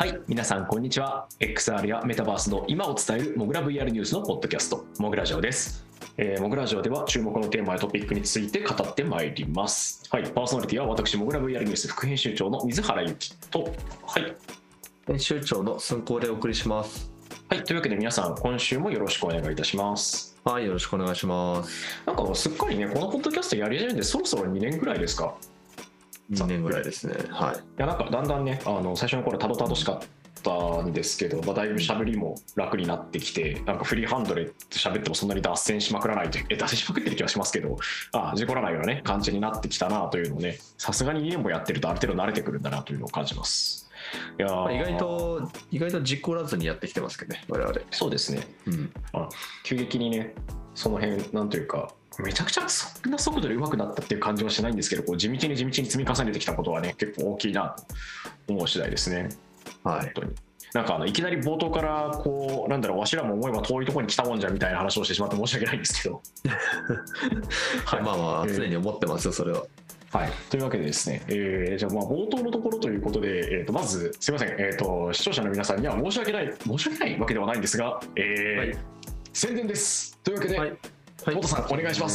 はい、皆さんこんにちは。 XR やメタバースの今を伝えるモグラ VR ニュースのポッドキャストモグラジオです。モグラジオでは注目のテーマやトピックについて語ってまいります。はい、パーソナリティは私モグラ VR ニュース副編集長の水原由紀と、はい、 編集長の寸光でお送りします。 はい、というわけで皆さん今週もよろしくお願いいたします。 はい、よろしくお願いします。 なんかすっかりねこのポッドキャストやり始めてそろそろ2年くらいですか。 2年ぐらいですね。はい。いやなんかだんだんね最初の頃たどたどしかったんですけど、だいぶ喋りも楽になってきて、なんかフリーハンドで喋ってもそんなに脱線しまくらないと脱線しまくってる気がしますけど、事故らないようなね感じになってきたなというのをね、さすがに2年もやってるとある程度慣れてくるんだなというのを感じます。 いや意外と事故らずにやってきてますけどね、我々。 そうですね、急激にねその辺なんというかめちゃくちゃそんな速度で上手くなったっていう感じはしないんですけど、こう地道に積み重ねてきたことはね結構大きいなと思う次第ですね。はい、本当になんかいきなり冒頭からこうなんだろう、わしらも思えば遠いところに来たもんじゃみたいな話をしてしまって申し訳ないんですけどはい、まあ常に思ってますよそれは。 はい、というわけでですね、じゃあ冒頭のところということで、まずすいません、視聴者の皆さんには申し訳ないわけではないんですが、はい、宣伝です。というわけで、はい、元さんお願いします。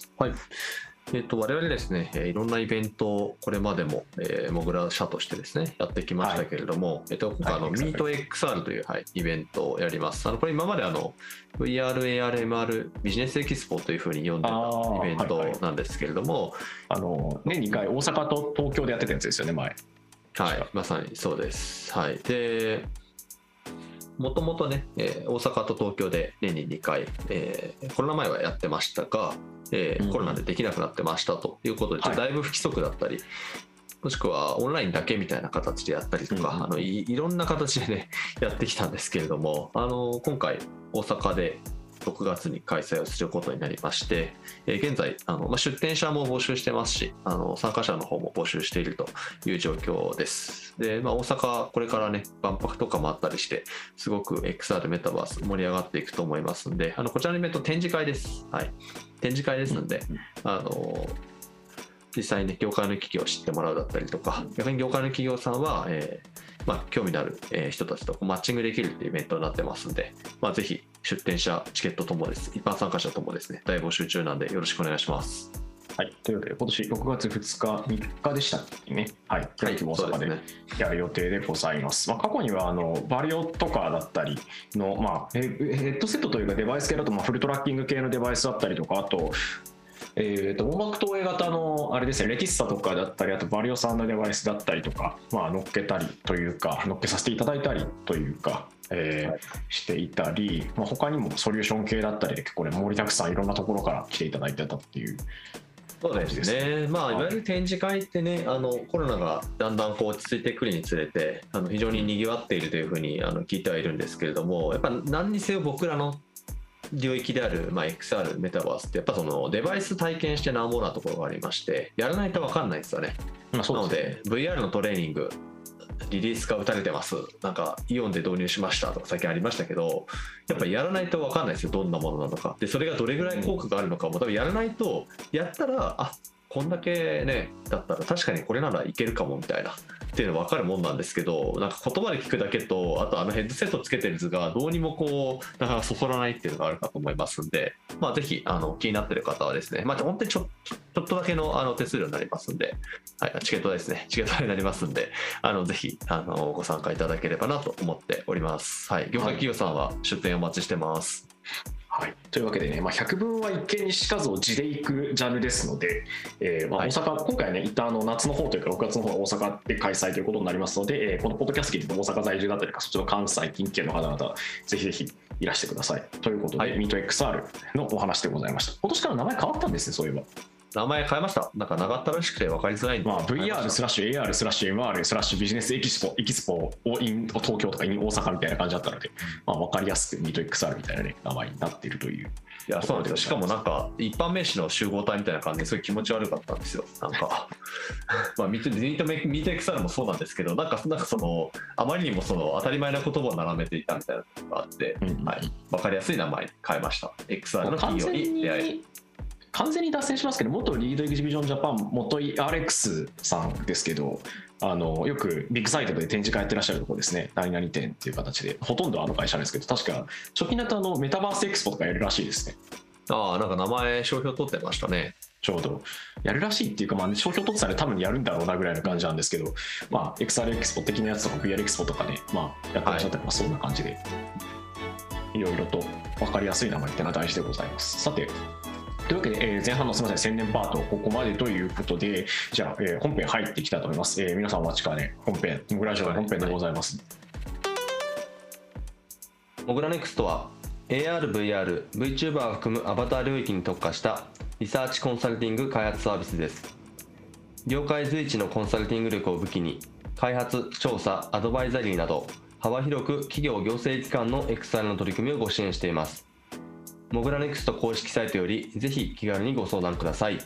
はい、我々ですね、いろんなイベントをこれまでも、モグラ社としてですねやってきましたけれども、今回MeetXR という、イベントをやります。これ今までVR、AR、MR ビジネスエキスポというふうに呼んでたイベントなんですけれども、 年2回大阪と東京でやってたやつですよね前。 はい、まさにそうです。はい、でもともとね、大阪と東京で年に2回、コロナ前はやってましたが、コロナでできなくなってましたということで、だいぶ不規則だったり、もしくはオンラインだけみたいな形でやったりとか、いろんな形でねやってきたんですけれども、今回大阪で6月に開催をすることになりまして、現在出展者も募集してますし、参加者の方も募集しているという状況です。で、大阪これからね万博とかもあったりして、すごく XR メタバース盛り上がっていくと思いますんで、こちらのイベント展示会です。はい、展示会ですので、実際に業界の企業を知ってもらうだったりとか、逆に業界の企業さんは、興味のある人たちとマッチングできるっていうイベントになってますんで、ぜひ出展者チケットともです、一般参加者ともですね大募集中なんでよろしくお願いします。 はい、というわけで今年6月2日3日でしたっけね、はい、大阪でやる予定でございます。過去にはバリオとかだったりの、ヘッドセットというかデバイス系だとフルトラッキング系のデバイスだったりとか、あと網膜投影型のあれですね、レティッサとかだったり、あとバリオさんのデバイスだったりとか、乗っけたりというか乗っけさせていただいたりというか、していたり、他にもソリューション系だったりで結構ね盛りだくさんいろんなところから来ていただいてたっていう。 そうですね、いわゆる展示会ってね、コロナがだんだん落ち着いてくるにつれて非常ににぎわっているというふうに聞いてはいるんですけれども、やっぱ何にせよ僕らの領域である、XR メタバースってやっぱそのデバイス体験してなんぼなところがありまして、やらないと分かんないですよね。なので VR のトレーニングリリースが打たれてます、なんかイオンで導入しましたとか最近ありましたけど、やっぱりやらないと分かんないですよ、どんなものなのか。でそれがどれぐらい効果があるのかも多分やらないと、やったらこんだけねだったら確かにこれならいけるかもみたいなっていうの分かるもんなんですけど、なんか言葉で聞くだけと、あとヘッドセットつけてる図がどうにもなかなかそそらないっていうのがあるかと思いますんで、ぜひ気になってる方はですね、本当にちょっとだけの手数料になりますんで、チケットですね、チケットになりますんで、ぜひご参加いただければなと思っております。はい、業界企業さんは出展お待ちしてます。 はい、というわけでね、百聞は一見にしかずを地でいくジャンルですので、大阪、今回はね一旦夏の方というか6月の方は大阪で開催ということになりますので、このポッドキャスト聞いて大阪在住だったりとか、そっちの関西近県の方々ぜひぜひいらしてくださいということで、MeetXR のお話でございました。今年から名前変わったんですね、そういえば。 名前変えました。なんか長ったらしくて分かりづらいんで、 VR/AR/MR/ ビジネスエキスポを東京とか大阪みたいな感じだったので、分かりやすく MeetXR みたいな、ね、名前になっているという。 いやそうなんですよ。しかもなんか一般名詞の集合体みたいな感じですごい気持ち悪かったんですよ。なんかMeetXR もそうなんですけど、なんかそのあまりにもその当たり前な言葉を並べていたみたいなのがあって、分かりやすい名前に変えました。XR の企業に出会える。 完全に脱線しますけど、元リードエキシビジョンジャパン元井 RX さんですけど、よくビッグサイトで展示会やってらっしゃるところですね。何々店っていう形で、ほとんど会社なんですけど、確か直近だとメタバースエクスポとかやるらしいですね。 なんか名前商標取ってましたね。 ちょうどやるらしいっていうか、商標取ってたら多分やるんだろうなぐらいの感じなんですけど、XR エクスポ的なやつとか VR エクスポとかね、やってらっしゃったり、そんな感じでいろいろと分かりやすい名前っていうのは大事でございます。さて、というわけで、前半のすみません宣伝パートここまでということで、じゃあ、本編入っていきたいと思います。皆さんお待ちかね、本編モグラジオの本編でございます。 モグラネクストは AR、VR、VTuber を含むアバター領域に特化したリサーチコンサルティング開発サービスです。業界随一のコンサルティング力を武器に、開発、調査、アドバイザリーなど幅広く企業行政機関の XR の取り組みをご支援しています。モグラネクスト公式サイトよりぜひ気軽にご相談ください。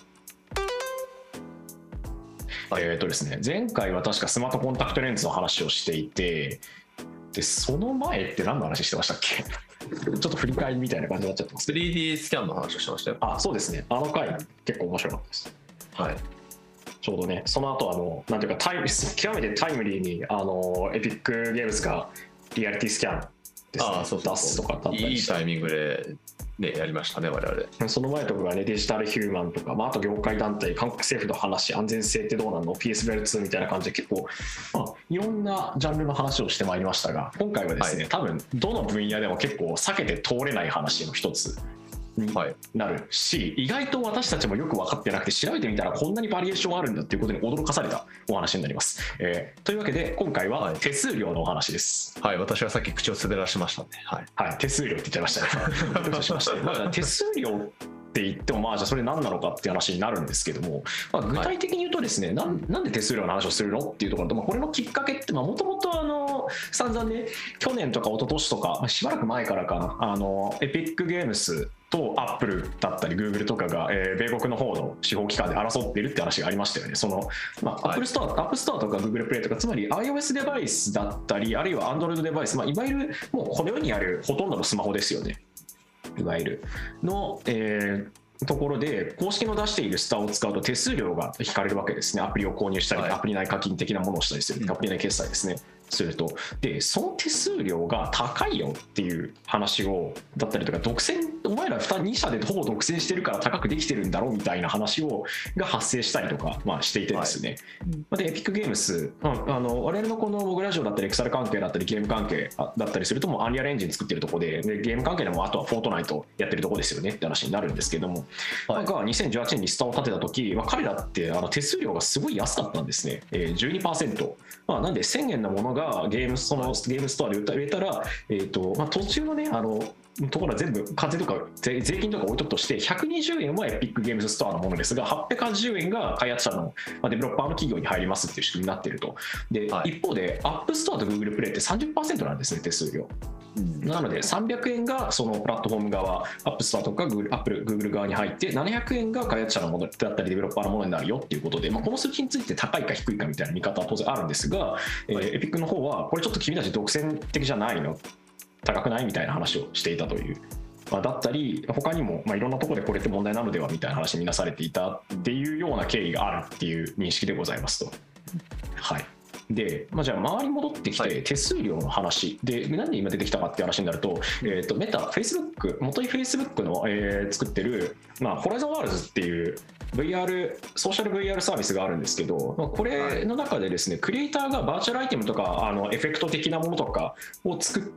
ですね、前回は確かスマートコンタクトレンズの話をしていて、でその前って何の話してましたっけちょっと振り返りみたいな感じになっちゃってます。 3D スキャンの話をしてましたよ。 そうですね、回結構面白かったです。 はい。 ちょうどね、その後なんていうか極めてタイムリーにエピックゲームズがリアリティスキャンですね、出すとかだったりして、 いいタイミングで、ね、やりましたね、我々。 その前とかがね、デジタルヒューマンとか、あと業界団体、韓国政府の話、安全性ってどうなの、PSVR2 みたいな感じで結構、いろんなジャンルの話をしてまいりましたが、今回はですね、多分どの分野でも結構避けて通れない話の一つになるし、意外と私たちもよく分かってなくて、調べてみたらこんなにバリエーションあるんだっていうことに驚かされたお話になります。というわけで今回は手数料のお話です。 はい、私はさっき口を滑らしましたね。 はい、手数料って言っちゃいましたね。手数料って言ってもじゃあそれ何なのかっていう話になるんですけども、具体的に言うとですね、なんで手数料の話をするのっていうところと、これのきっかけってもともと散々ね、去年とか一昨年とかしばらく前からかな、エピックゲームスとアップルだったりグーグルとかが、米国の方の司法機関で争っているって話がありましたよね。アップルストア、アップストアとかグーグルプレイとか、つまり iOS デバイスだったり、あるいは Android デバイス、いわゆるもうこの世にあるほとんどのスマホですよね、いわゆるの、ところで公式の出しているスターを使うと手数料が引かれるわけですね。アプリを購入したり、アプリ内課金的なものをしたりする、アプリ内決済ですね、すると。でその手数料が高いよっていう話をだったりとか、独占、お前ら2社でほぼ独占してるから高くできてるんだろうみたいな話が発生したりとか、していてですね、でエピックゲームス、我々のこのモグラジオだったり XR 関係だったりゲーム関係だったりすると、もうアンリアルエンジン作ってるところ でゲーム関係でもあとはフォートナイトやってるところですよねって話になるんですけども、が2018年にスタを立てた時、彼らって手数料がすごい安かったんですね。12%、なんで1000円のものがゲームストアで売れたら、途中のねところは全部課税とか税金とか置いとくとして、120円はエピックゲームズストアのものですが、880円が開発者のデベロッパーの企業に入りますっていう仕組みになっていると。で、一方でアップストアと Google プレイって 30% なんですね、手数料。なので300円がそのプラットフォーム側、アップストアとか Google 側に入って、700円が開発者のものだったりデベロッパーのものになるよっていうことで、この数値について高いか低いかみたいな見方は当然あるんですが、エピックの方はこれちょっと君たち独占的じゃないの、高くないみたいな話をしていたという、だったり他にもいろんなところでこれって問題なのではみたいな話に見なされていたっていうような経緯があるっていう認識でございますと。はい。でじゃあ周りに戻ってきて手数料の話で、なんで今出てきたかっていう話になると、メタ、Facebook、元に Facebook の、作ってる、ホライゾンワールズっていうVR、ソーシャル VR サービスがあるんですけど、これの中でですね、クリエイターがバーチャルアイテムとかエフェクト的なものとかを作って、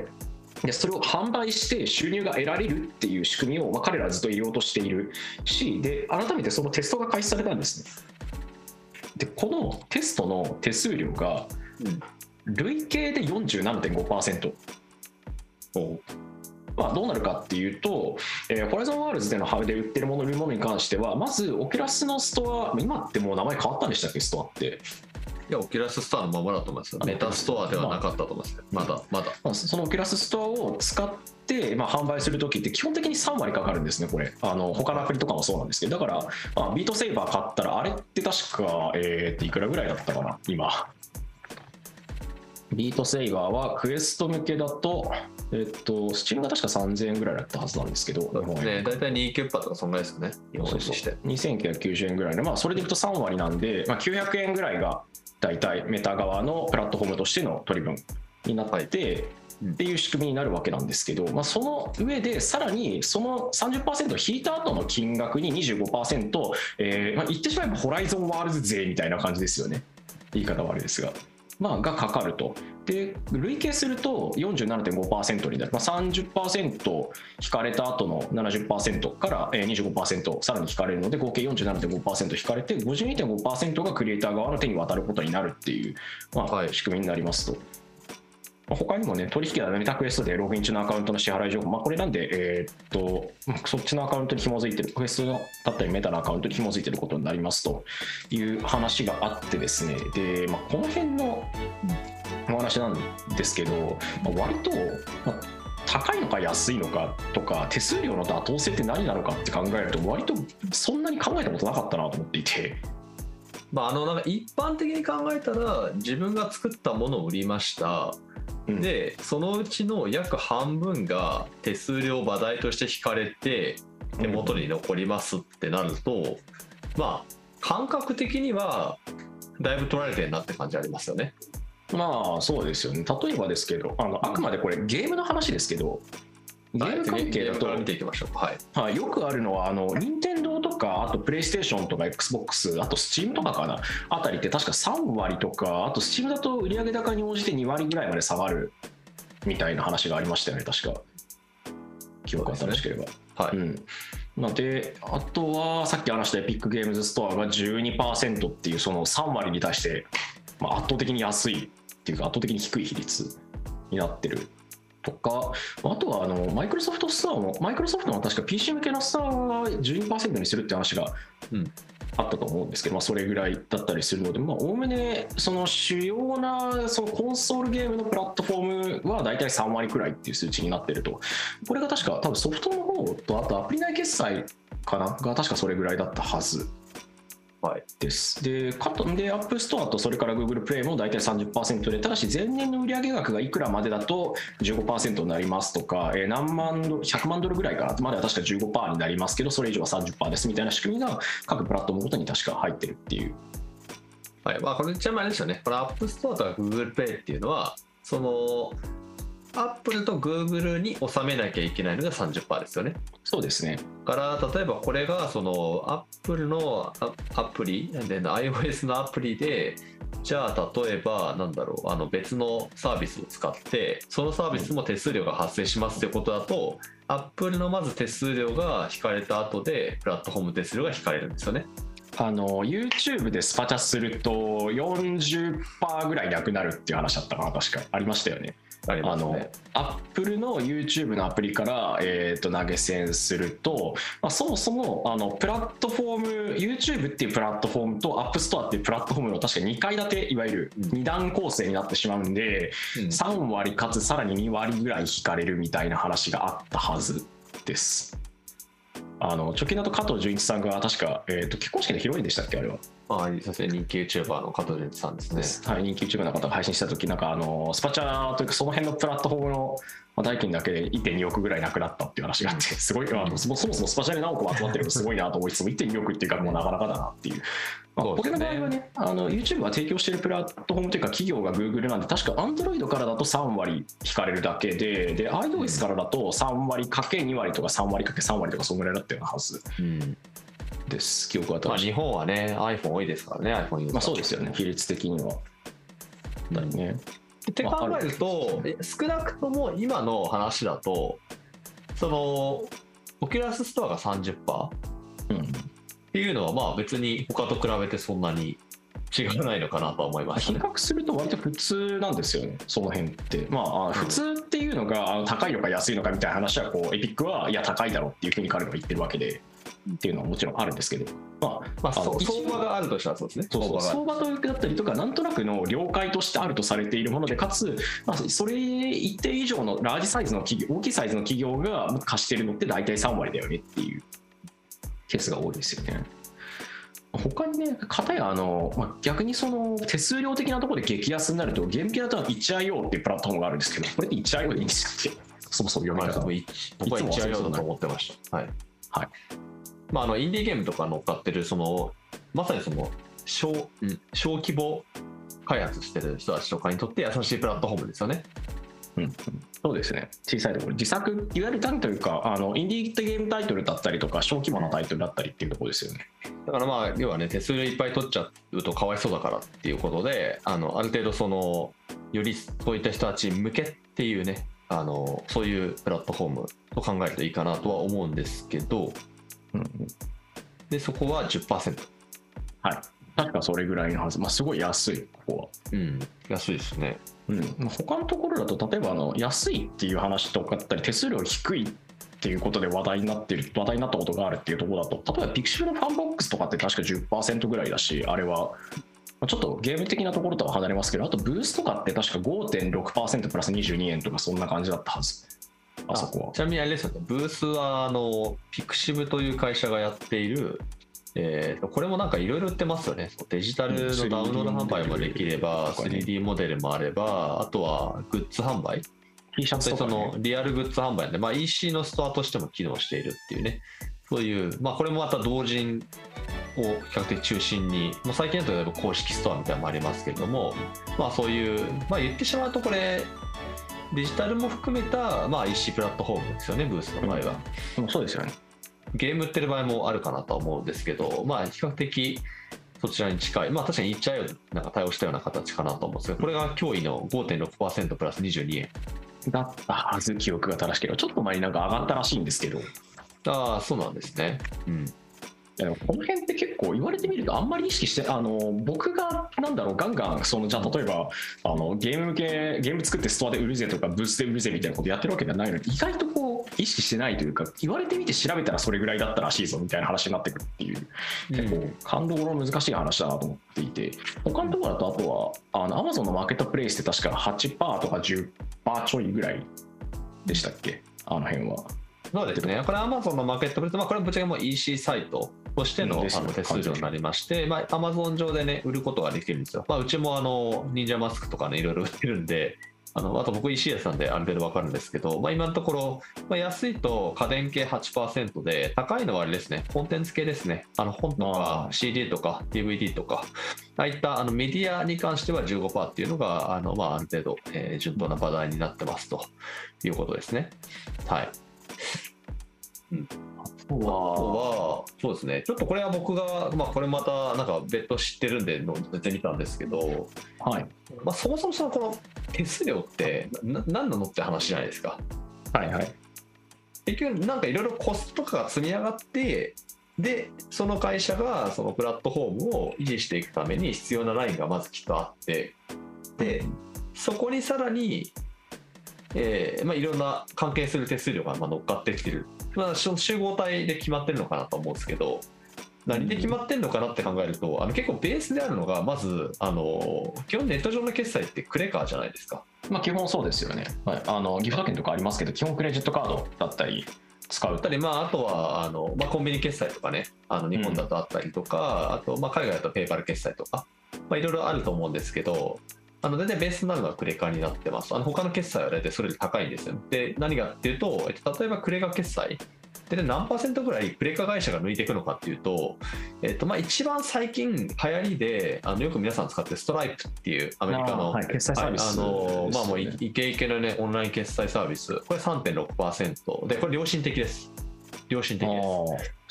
でそれを販売して収入が得られるっていう仕組みを、彼らはずっと入れようとしているし、で改めてそのテストが開始されたんですね。でこのテストの手数料が累計で 47.5%、どうなるかっていうと、ホライゾンワールズでのハブで売ってるものに関しては、まずオキュラスのストア、今ってもう名前変わったんでしたっけ、ストアって。 いや、オキュラスストアのままだと思いますよ。メタストアではなかったと思いますよ。まだ。 そのオキュラスストアを使って、販売するときって基本的に3割かかるんですね、これ。他のアプリとかもそうなんですけど、だから、ビートセイバー買ったら、あれって確か、いくらぐらいだったかな、今。 ビートセイバーはクエスト向けだと、スチームが確か3000円ぐらいだったはずなんですけど、 ね、大体2キュッパとかそんぐらいですよね、日本円にして。 2990円ぐらいで、まあ、それでいくと3割なんで、まあ、900円ぐらいが大体メタ側のプラットフォームとしての取り分になって、っていう仕組みになるわけなんですけど、まあ、その上でさらにその 30% 引いた後の金額に 25%、まあ、言ってしまえばホライゾンワールズ税みたいな感じですよね、言い方はあれですが。まあ、がかかると。で累計すると 47.5% になる、まあ、30% 引かれた後の 70% から 25% さらに引かれるので合計 47.5% 引かれて 52.5% がクリエイター側の手に渡ることになるっていう、まあ、仕組みになりますと。他にもね、取引はメタクエストでログイン中のアカウントの支払い情報、まあ、これなんで、そっちのアカウントに紐づいてる、クエストだったりメタのアカウントに紐づいてることになりますという話があってですね、で、まあ、この辺のお話なんですけど、まあ、割と、まあ、高いのか安いのかとか、手数料の妥当性って何なのかって考えると、割とそんなに考えたことなかったなと思っていて。 まあ、なんか一般的に考えたら、自分が作ったものを売りました。でそのうちの約半分が手数料場代として引かれて手元に残りますってなると、まあ感覚的にはだいぶ取られてるなって感じありますよね。 まあそうですよね。例えばですけど、あくまでこれゲームの話ですけど、ゲーム関係だと、 見ていきましょう。 はい、よくあるのは任天堂とか、あとプレイステーションとか XBOX、 あと Steam とかかなあたりって確か3割とか、あと Steam だと売上高に応じて2割ぐらいまで下がるみたいな話がありましたよね、確か。記憶が正しければ。はい、なので、あとはさっき話したエピックゲームズストアが 12% っていうその3割に対して、まあ、圧倒的に安いっていうか圧倒的に低い比率になってるとか、あとはマイクロソフトストアも、マイクロソフトも確か PC 向けのストアが 12% にするって話があったと思うんですけど、まあ、それぐらいだったりするので、おおむねその主要なそのコンソールゲームのプラットフォームは大体3割くらいっていう数値になってると。これが確か多分ソフトの方と、あとアプリ内決済かなが確かそれぐらいだったはずです。で、App Store とそれから Google Play も大体 30% で、ただし前年の売上額がいくらまでだと 15% になりますとか、100万ドルぐらいからまでは確か 15% になりますけど、それ以上は 30% ですみたいな仕組みが各プラットフォームごとに確か入ってるっていう。 はい、まあこれちなみにあれですよね。この App Store とか Google Play っていうのは、そのApple と Google に収めなきゃいけないのが 30% ですよね。 そうですね。 から例えばこれがその Apple のアプリで iOS のアプリで、じゃあ例えばなんだろう、別のサービスを使ってそのサービスも手数料が発生しますってことだと、Apple のまず手数料が引かれた後でプラットフォーム手数料が引かれるんですよね。 YouTube でスパチャすると 40% ぐらいなくなるっていう話だったかな、確かありましたよね。 ありますね。 Apple の YouTube のアプリから、投げ銭すると、そもそもプラットフォーム YouTube っていうプラットフォームと App Store っていうプラットフォームの確か2階建て、いわゆる2段構成になってしまうんで、3割かつさらに2割ぐらい引かれるみたいな話があったはずです。直近だと加藤純一さんが確か、結婚式の披露宴でしたっけ、あれは。 そうですね、人気 YouTuber の加藤純一さんですね。 はい、人気 YouTuber の方が配信した時、なんかスパチャというかその辺のプラットフォームの代金だけで 1.2 億ぐらいなくなったっていう話があって、すごい、そもそもスパチャで何億も集まってるのすごいなと思いつつも 1.2 億っていうかもうなかなかだなっていう。これの場合はね、YouTube が提供しているプラットフォームというか企業が Google なんで、確か Android からだと3割引かれるだけで、iOS からだと3割かけ2割とか3割かけ3割とかそのぐらいだったようなはず。です。記憶は日本はね iPhone 多いですからね、 iPhone ユーザー。 そうですよね、比率的には。だね。 って考えると、少なくとも今の話だと、そのオキュラスストアが 30%、っていうのはまあ別に他と比べてそんなに違わないのかなと思いましたね。 比較すると割と普通なんですよね、その辺って。普通っていうのが高いのか安いのかみたいな話はエピックはいや高いだろうっていうふうに彼らは言ってるわけでっていうのはもちろんあるんですけど、 相場があるとしたらそうですね。 相場だったりとかなんとなくの了解としてあるとされているもので、かつ、それ一定以上のラージサイズの企業、大きいサイズの企業が貸しているのって大体3割だよねっていうケースが多いですよね。 他にね、片や逆にその手数料的なところで激安になると、ゲーム系だと 1IO っていうプラットフォームがあるんですけど、これって 1IO でいいんですよね。そもそも読み方。 僕は 1IO だと思ってました。はい。はい。まあ、インディーゲームとか乗っかってる、まさに小規模開発してる人たちとかにとって優しいプラットフォームですよね。 そうですね。小さいところ、自作、いわゆる単というか、インディーゲームタイトルだったりとか、小規模なタイトルだったりっていうところですよね。 だからまあ、要はね、手数料いっぱい取っちゃうとかわいそうだからっていうことで、ある程度よりそういった人たち向けっていうね、そういうプラットフォームと考えるといいかなとは思うんですけど、で、そこは 10%。 はい。確かそれぐらいのはず。すごい安い、ここは。 安いですね。 他のところだと、例えば安いっていう話とかだったり、手数料低いっていうことで話題になったことがあるっていうところだと、例えばピクシブのファンボックスとかって確か 10% ぐらいだし、あれはちょっとゲーム的なところとは離れますけど、あとブースとかって確か 5.6% プラス22円とかそんな感じだったはず。あそこは。 ちなみにあれですよね、ブースはピクシブという会社がやっている、これもなんかいろいろ売ってますよね。デジタルのダウンロード販売もできれば、3D モデルもあれば、あとはグッズ販売、 T シャツとか、ね、 リアルグッズ販売で、EC のストアとしても機能しているっていうね、そういう、これもまた同人を比較的中心に、最近だと公式ストアみたいなのもありますけれども、そういう、言ってしまうとこれデジタルも含めた、EC プラットフォームですよね、ブースの場合は。 そうですよね。 ゲーム売ってる場合もあるかなとは思うんですけど、比較的そちらに近い、確かに1IOなんか対応したような形かなと思うんですけど、これが驚異の 5.6% プラス22円だったはず、記憶が正しければ。ちょっと前になんか上がったらしいんですけど。 そうなんですね。 この辺って結構言われてみるとあんまり意識して、僕がガンガンじゃあ例えばゲーム作ってストアで売るぜとかブースで売るぜみたいなことやってるわけではないのに、意外と意識してないというか、言われてみて調べたらそれぐらいだったらしいぞみたいな話になってくるっていう、結構感動の難しい話だなと思っていて、他のところだと、あとはAmazon のマーケットプレイスって確か 8% とか 10% ちょいぐらいでしたっけ、あの辺は。 そうですね。これ Amazon のマーケットプレイス、これはぶっちゃけもう EC サイトとしての手数料になりまして、Amazon 上でね売ることができるんですよ。うちも忍者マスクとかねいろいろ売ってるんで、あと僕 EC 屋さんである程度分かるんですけど、今のところ、安いと家電系 8% で、高いのはあれですね、コンテンツ系ですね。本とか CD とか DVD とか、ああいったメディアに関しては 15% っていうのがある程度、順当な場題になってますということですね。はい。あとはそうですね、ちょっとこれは僕が、これまたなんか別途知ってるんで載せてみたんですけど、 はい、 そもそもこの手数料って何なのって話じゃないですか。 はいはい。 結局なんかいろいろコストとかが積み上がって、でその会社がそのプラットフォームを維持していくために必要なラインがまずきっとあって、でそこにさらにいろんな関係する手数料が乗っかってきてる、集合体で決まってるのかなと思うんですけど、何で決まってるのかなって考えると、結構ベースであるのがまず基本ネット上の決済ってクレカじゃないですか。 基本そうですよね、はい、ギフト券とかありますけど基本クレジットカードだったり使うあとはコンビニ決済とかね、日本だとあったりとか、あと海外だとペーパル決済とか、いろいろあると思うんですけど、大体ベースになるのはクレカになってます。他の決済は大体それで高いんですよ。で何がっていうと、例えばクレカ決済で何%ぐらいクレカ会社が抜いていくのかっていうと、一番最近流行りでよく皆さん使ってるストライプっていうアメリカの、 決済サービス、 もうイケイケのねオンライン決済サービス、これ 3.6% で、これ良心的です。良心的です。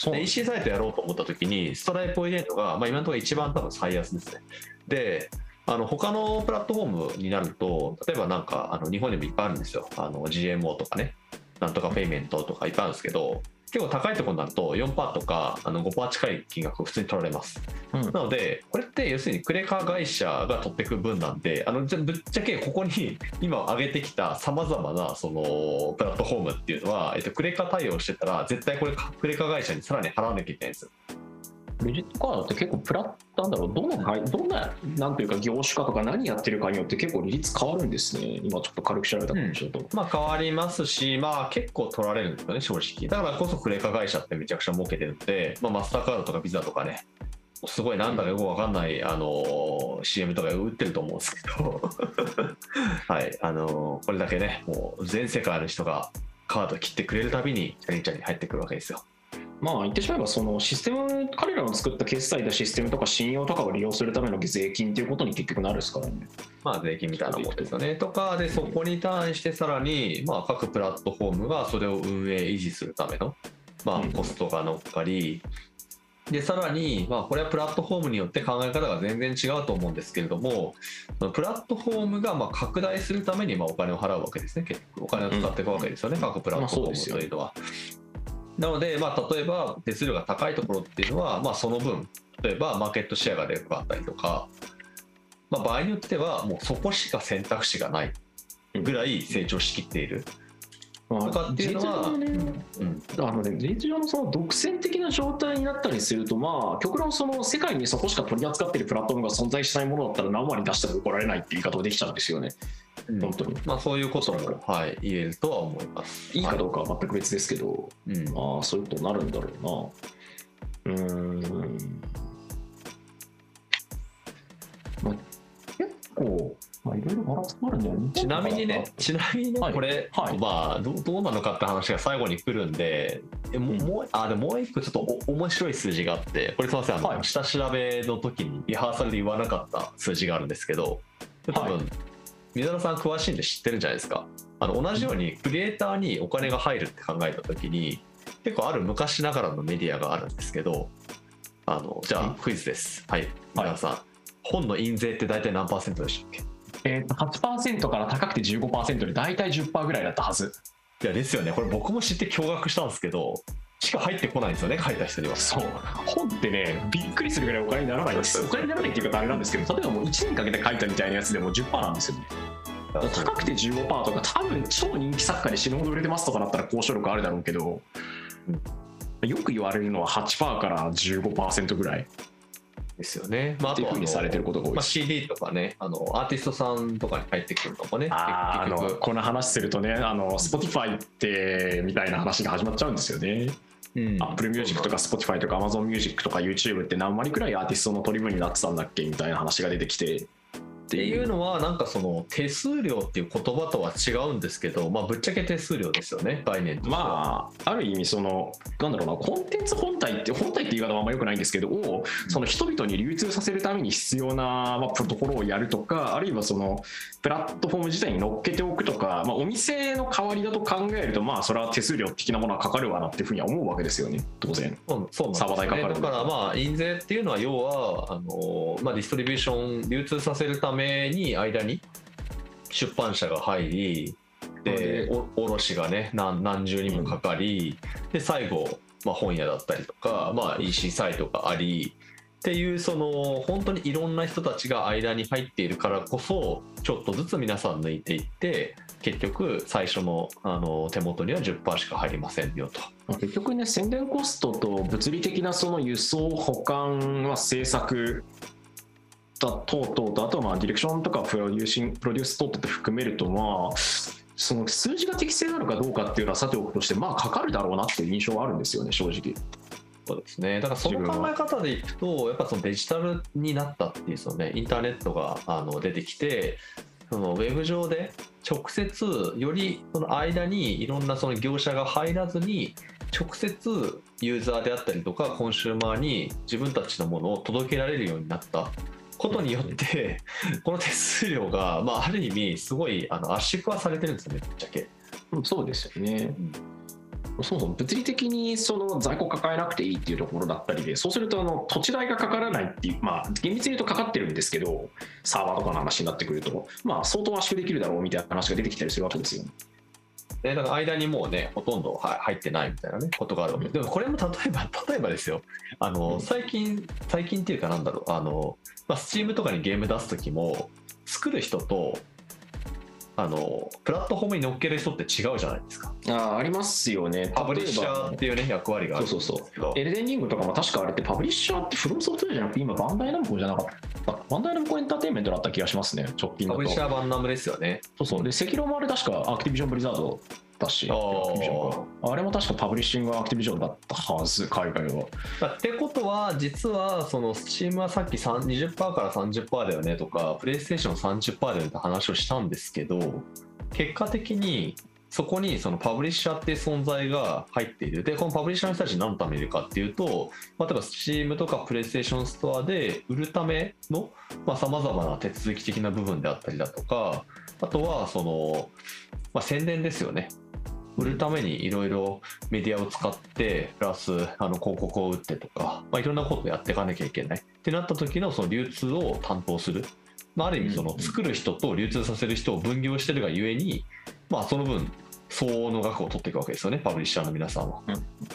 で EC サイトやろうと思った時にストライプを入れるのが、今のところ一番多分最安ですね。で他のプラットフォームになると、例えばなんか日本にもいっぱいあるんですよ。GMO とかね、なんとかペイメントとかいっぱいあるんですけど、結構高いところになると 4% とか5% 近い金額を普通に取られます。なのでこれって要するにクレカ会社が取っていく分なんで、ぶっちゃけここに今挙げてきたさまざまなそのプラットフォームっていうのは、クレカ対応してたら絶対これクレカ会社にさらに払わなきゃいけないんですよ。 クレジットカードって結構どんななんていうか業種かとか何やってるかによって結構利率変わるんですね。今ちょっと軽く調べた感じだと、 変わりますし、結構取られるんですよね、正直。だからこそクレカ会社ってめちゃくちゃ儲けてるんで、マスターカードとかビザとかね、 すごいなんだかよくわかんないCM とか打ってると思うんですけどはいこれだけねもう全世界の人がカード切ってくれるたびにチャリンチャリン入ってくるわけですよ。 まあ言ってしまえばそのシステム、彼らの作った決済やシステムとか信用とかを利用するための税金っていうことに結局なるですからね。 まあ税金みたいなもんですよね。とかでそこに対してさらにまあ各プラットフォームがそれを運営維持するためのまあコストが乗っかり、でさらにまあこれはプラットフォームによって考え方が全然違うと思うんですけれども、プラットフォームがまあ拡大するためにまあお金を払うわけですね。結局お金を使っていくわけですよね、各プラットフォームというのは。なので、まあ、例えば手数料が高いところっていうのは、まあ、その分例えばマーケットシェアがでかかったりとか、まあ、場合によってはもうそこしか選択肢がないぐらい成長しきっているとかっていうのは、 事実上のその独占的な状態になったりすると、まあ極論その世界にそこしか取り扱っているプラットフォームが存在しないものだったら何割出しても怒られないっていう言い方ができちゃうんですよね。本当に、 まあ、そういうことも、はい、言えるとは思います。 いいかどうかは全く別ですけど、まあそういうことになるんだろうな。まあ、結構いろいろバランスもあるんだよね。 ちなみにね、これ、まあどうなのかって話が最後に来るんで、でももう一個ちょっと面白い数字があって、これすみません、下調べの時にリハーサルで言わなかった数字があるんですけど、多分、水原さん詳しいんで知ってるんじゃないですか。同じようにクリエイターにお金が入るって考えた時に結構ある昔ながらのメディアがあるんですけど、じゃあクイズです。はい、水原さん、本の印税って大体何%でしたっけ ？8% から高くて 15% で大体 10% ぐらいだったはず。 いやですよね。これ僕も知って驚愕したんですけど、しか入ってこないんですよね、書いた人には。 そう、本ってねびっくりするぐらいお金にならないんです。お金にならないっていうかあれなんですけど、例えばもう1年かけて書いたみたいなやつでも 10% なんですよね。高くて 15% とか多分超人気作家で死ぬほど売れてますとかだったら交渉力あるだろうけど、よく言われるのは 8% から 15% ぐらいですよね。まあ、あとはっていうふうにされてることが多いです。 CD とかね、アーティストさんとかに入ってくるのもね、 この話するとね、Spotify ってみたいな話が始まっちゃうんですよね。Apple Music とか Spotify とか Amazon Music とか YouTube って何割くらいアーティストの取り分になってたんだっけみたいな話が出てきて。 っていうのはなんかその手数料っていう言葉とは違うんですけど、まあ、ぶっちゃけ手数料ですよね、概念としては。 まあある意味そのなんだろうな、コンテンツ本体って言い方はあんま良くないんですけど、その人々に流通させるために必要な、ところをやるとか、あるいはそのプラットフォーム自体に乗っけておくとか、お店の代わりだと考えると、それは手数料的なものはかかるわなっていうふうには思うわけですよね、当然。 そうサーバー代かかる。 だからまあ印税っていうのは要はディストリビューション流通させるために間に出版社が入り、で卸がね何重にもかかり、で最後、本屋だったりとか、EC サイトがありっていう、その本当にいろんな人たちが間に入っているからこそ、ちょっとずつ皆さん抜いていって、結局最初の手元には 10% しか入りませんよと。 結局ね、宣伝コストと物理的なその輸送保管制作等々と、あとはディレクションとかプロデュース等々って含めると、その数字が適正なのかどうかっていうのはさておくとして、かかるだろうなっていう印象はあるんですよね、正直。 そうですね。だからその考え方でいくと、やっぱそのデジタルになったっていう、そのね、インターネットが出てきて、そのウェブ上で直接よりその間にいろんなその業者が入らずに、直接ユーザーであったりとかコンシューマーに自分たちのものを届けられるようになったことによって、この手数料が、ある意味すごい圧縮はされてるんですよね、ぶっちゃけ。 そうですよね。そもそも物理的にその在庫抱えなくていいっていうところだったりで、そうすると土地代がかからないっていう、厳密に言うとかかってるんですけど、サーバーとかの話になってくると、相当圧縮できるだろうみたいな話が出てきたりするわけですよね。 だから間にもうね、ほとんど入ってないみたいなね、ことがあるわけでもこれも例えばですよ、最近っていうかなんだろう、Steam とかにゲーム出すときも、作る人とプラットフォームに乗っける人って違うじゃないですか。 ありますよね。 パブリッシャーっていうね、役割があるんですけど、 エルデンリングとかも確かあれってパブリッシャーってフロムソフトウェアじゃなくて今バンダイナムコじゃなかった、バンダイナムコエンターテインメントだった気がしますね、直近だと。 パブリッシャーバンナムですよね。 でセキロもあれ確かアクティビジョンブリザードたし、アクティビジョンがあれも確かパブリッシングアクティビジョンだったはず、海外は。 ってことは実はその Steam はさっき 20% から 30% だよねとか、プレイステーション 30% だよねって話をしたんですけど、結果的にそこにそのパブリッシャーっていう存在が入っている。でこのパブリッシャーの人たち何のためにいるかっていうと、例えば Steam とか PlayStation ストアで売るためのさまざまな手続き的な部分であったりだとか、あとはその、宣伝ですよね。売るためにいろいろメディアを使ってプラス広告を打ってとか、いろんなことをやっていかなきゃいけないってなった時のその流通を担当する、ある意味その作る人と流通させる人を分業してるがゆえに、その分相応の額を取っていくわけですよね、パブリッシャーの皆さんは。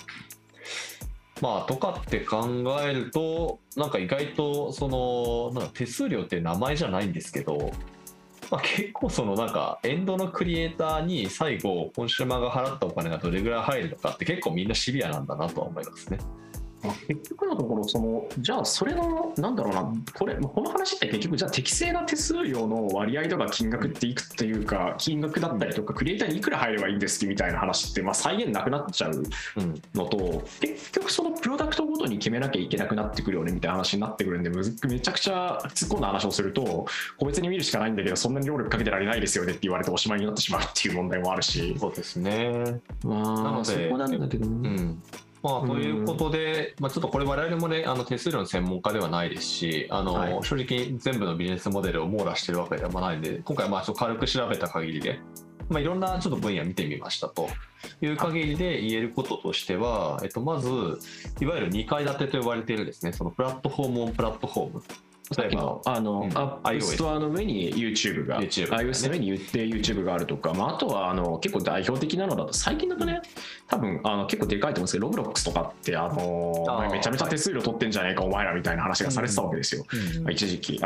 とかって考えると、なんか意外とそのなんか手数料っていう名前じゃないんですけど、結構そのなんかエンドのクリエイターに最後コンシューマーが払ったお金がどれぐらい入るのかって結構みんなシビアなんだなとは思いますね。 結局のところじゃあそれのなんだろうな、この話って結局じゃあ適正な手数料の割合とか金額っていくつというか、金額だったりとかクリエイターにいくら入ればいいんですみたいな話って再現なくなっちゃうのと、結局そのプロダクトごとに決めなきゃいけなくなってくるよねみたいな話になってくるんで、めちゃくちゃ突っ込んだ話をすると個別に見るしかないんだけど、そんなに労力かけてられないですよねって言われておしまいになってしまうっていう問題もあるし。 そうですね。なのでそこなんだけどね。 ということで、ちょっとこれ我々もね手数料の専門家ではないですし、正直全部のビジネスモデルを網羅してるわけではないので、今回ちょっと軽く調べた限りで、いろんなちょっと分野見てみましたという限りで言えることとしては、まずいわゆる2階建てと呼ばれているですね、そのプラットフォームオンプラットフォーム、 例えばアップストアの上に YouTube が、iOS の上に YouTube があるとか、あとは結構代表的なのだと、最近だとね、多分結構でかいと思うんですけど、ロブロックスとかってめちゃめちゃ手数料取ってんじゃねえかお前らみたいな話がされてたわけですよ。一時期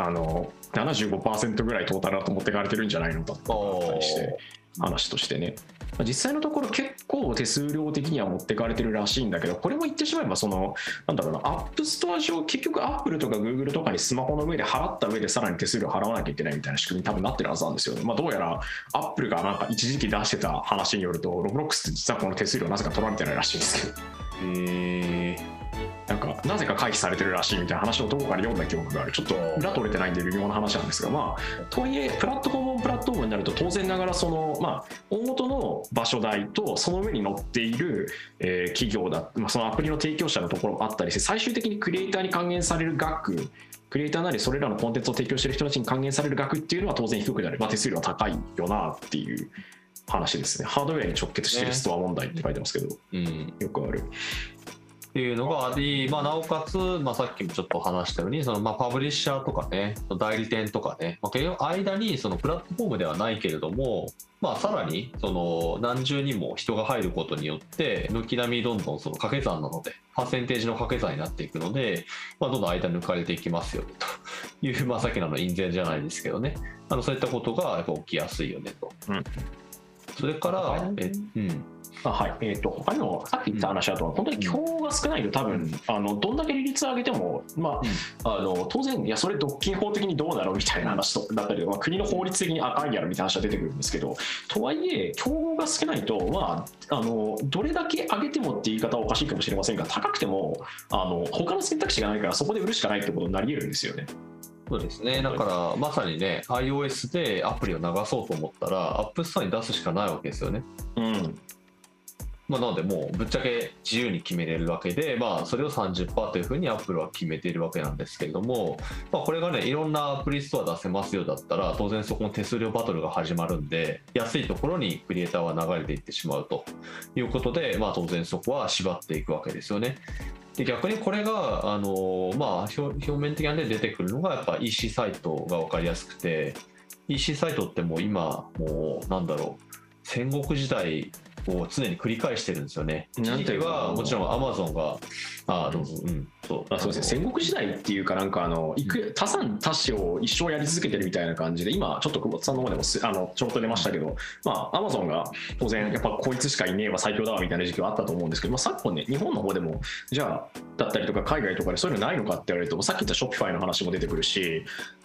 75% ぐらいトータルだと持ってかれてるんじゃないのだったりして、話としてね、実際のところ結構手数料的には持ってかれてるらしいんだけど、これも言ってしまえばなんだろうな、アップストア上結局アップルとかグーグルとかにスマホの上で払った上でさらに手数料払わなきゃいけないみたいな仕組みに多分なってるはずなんですよね。どうやらアップルがなんか一時期出してた話によると、ロブロックスって実はこの手数料なぜか取られてないらしいんですけど、なんかなぜか回避されてるらしいみたいな話をどこかで読んだ記憶がある。ちょっと裏取れてないんで微妙な話なんですが、とはいえプラットフォームプラットフォームになると当然ながら大元の場所代とその上に載っている、企業だ、そのアプリの提供者のところもあったりして、最終的にクリエイターに還元される額、クリエイターなりそれらのコンテンツを提供している人たちに還元される額っていうのは当然低くなる、手数料は高いよなっていう話ですね。ハードウェアに直結しているストア問題って書いてますけど、よくあるっていうのがあり、なおかつ、さっきもちょっと話したように、パブリッシャーとかね、代理店とかね、間にそのプラットフォームではないけれども、さらにその何重にも人が入ることによって軒並みどんどんその掛け算なのでパーセンテージの掛け算になっていくので、どんどん間抜かれていきますよねという、さっきの印税じゃないですけどね、そういったことがやっぱ起きやすいよねと。それから他にもさっき言った話だと、本当に競合が少ないと多分どんだけ利率を上げても、当然いやそれ独禁法的にどうだろうみたいな話だったり、国の法律的にあかんやろみたいな話が出てくるんですけど、とはいえ競合が少ないと、どれだけ上げてもって言い方はおかしいかもしれませんが、高くても他の選択肢がないからそこで売るしかないってことになり得るんですよね。 そうですね、だからまさにね iOS でアプリを流そうと思ったらアップストアに出すしかないわけですよね。なのでもうぶっちゃけ自由に決めれるわけで、それを 30% というふうに Apple は決めているわけなんですけれども、これがねいろんなアプリストア出せますよだったら当然そこの手数料バトルが始まるんで、安いところにクリエイターは流れていってしまうということで、当然そこは縛っていくわけですよね。で逆にこれが表面的に出てくるのがやっぱ EC サイトが分かりやすくて、 EC サイトってもう今戦国時代を常に繰り返してるんですよね。一時期はもちろん Amazon がそうですね、戦国時代っていうか多産多死を一生やり続けてるみたいな感じで、今ちょっと久保田さんの方でもちょっと出ましたけど、Amazon が当然やっぱこいつしかいねえわ最強だわみたいな時期はあったと思うんですけど、昨今ね日本の方でもじゃあだったりとか海外とかでそういうのないのかって言われると、さっき言った Shopify の話も出てくるし、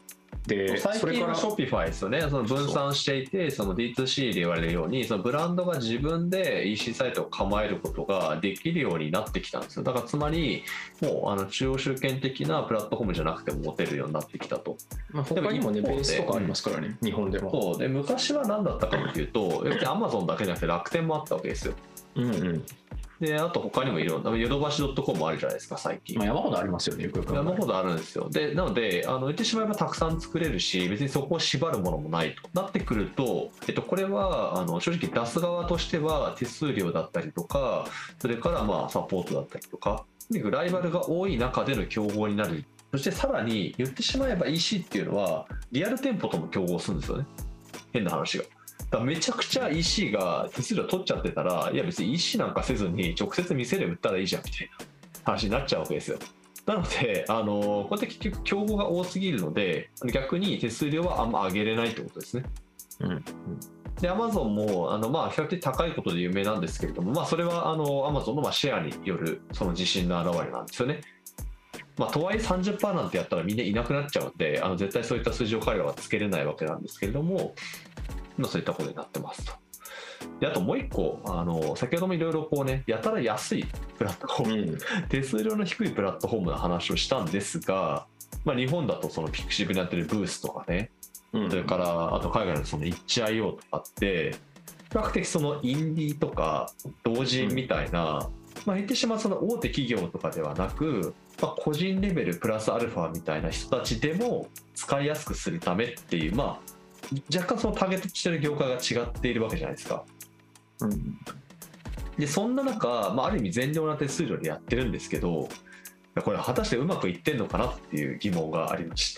で最近はショピファイですよね。その分散していて、その D2C で言われるように、そのブランドが自分で EC サイトを構えることができるようになってきたんですよ。だからつまりもう中央集権的なプラットフォームじゃなくても持てるようになってきたと。 他にもねベースとかありますからね、日本でも。 そうで、昔は何だったかというと、アマゾンだけじゃなくて楽天もあったわけですよ。で、あと他にもいろんなヨドバシ .com あるじゃないですか最近。 山ほどありますよね。 山ほどあるんですよ。でなので言ってしまえばたくさん作れるし、別にそこを縛るものもないとなってくると、これは正直出す側としては手数料だったりとか、それからサポートだったりとか、ライバルが多い中での競合になる。そしてさらに言ってしまえば EC っていうのはリアル店舗とも競合するんですよね。変な話が。だからめちゃくちゃ EC が手数料取っちゃってたら、いや別に EC なんかせずに直接店で売ったらいいじゃんみたいな話になっちゃうわけですよ。なのでこうやって結局競合が多すぎるので、逆に手数料はあんま上げれないってことですね。で Amazon も比較的高いことで有名なんですけれども、それはAmazon のシェアによるその自信の表れなんですよね。とはいえ 30% なんてやったらみんないなくなっちゃうんで、絶対そういった数字を彼らはつけれないわけなんですけれども、そういったことになってますと。であともう一個先ほどもいろいろやたら安いプラットフォーム、手数料の低いプラットフォームの話をしたんですが、日本だとそのピクシブにやってるブースとかね、それからあと海外のその itch.io とかって比較的そのインディーとか同人みたいな、言ってしまうその大手企業とかではなく、個人レベルプラスアルファみたいな人たちでも使いやすくするためっていう、若干そのターゲットしてる業界が違っているわけじゃないですか。でそんな中、ある意味善良な手数料でやってるんですけど、これ果たしてうまくいってんのかなっていう疑問がありまして、